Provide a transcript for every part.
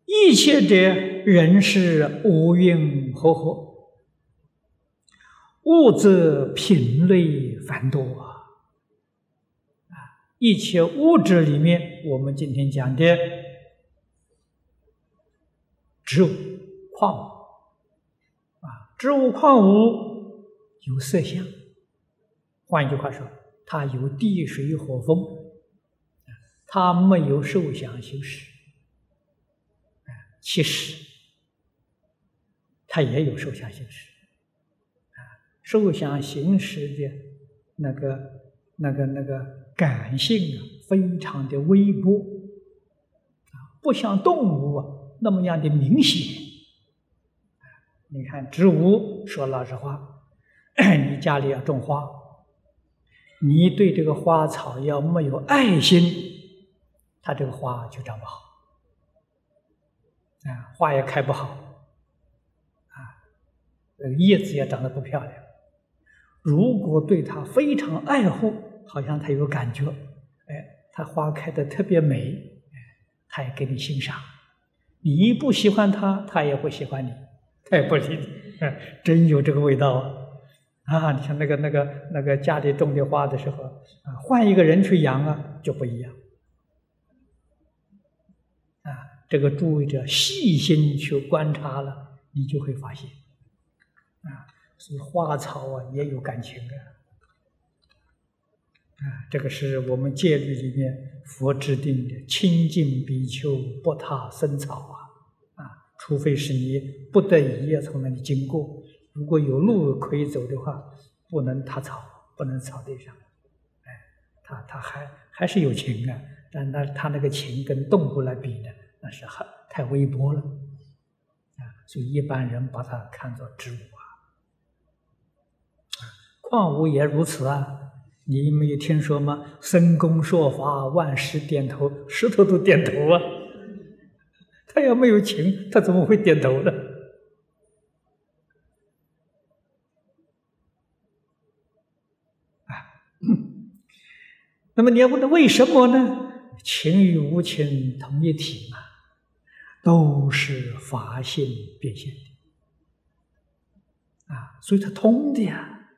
一切的人事无云和合，物质品类繁多一切物质里面，我们今天讲的植物、矿物植物、矿物有色相，换一句话说，它有地水火风，它没有受想行识。其实它也有受想行识受想行识的那个感性非常的微薄不像动物那么样的明显。你看植物，说老实话，你家里要种花，你对这个花草要没有爱心，它这个花就长不好花也开不好叶子也长得不漂亮。如果对它非常爱护，好像它有感觉，它花开得特别美，它也给你欣赏。你不喜欢它，它也不喜欢你，它也不理你，真有这个味道你像那个家里种的花的时候换一个人去养就不一样这个诸位者细心去观察了，你就会发现所以花草也有感情这个是我们戒律里面佛制定的，清净比丘不踏僧草除非是你不得已要从那里经过，如果有路可以走的话，不能踏草，不能草地上它还是有情但它那个情跟动物来比呢，那是太微薄了所以一般人把它看作植物矿物也如此你没有听说吗？僧公说法，万石点头，石头都点头他要没有情，他怎么会点头呢？那么你要问他为什么呢？情与无情同一体嘛，都是法性变现的所以它通的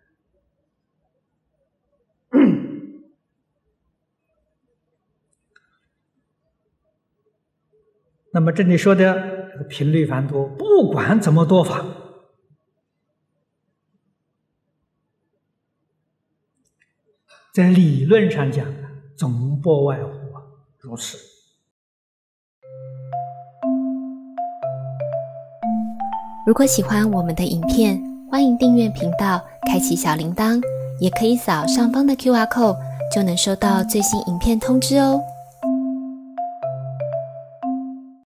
那么这里说的频率繁多，不管怎么多法，在理论上讲总不外乎如此。 如果喜欢我们的影片，欢迎订阅频道，开启小铃铛，也可以扫上方的 QR code， 就能收到最新影片通知哦。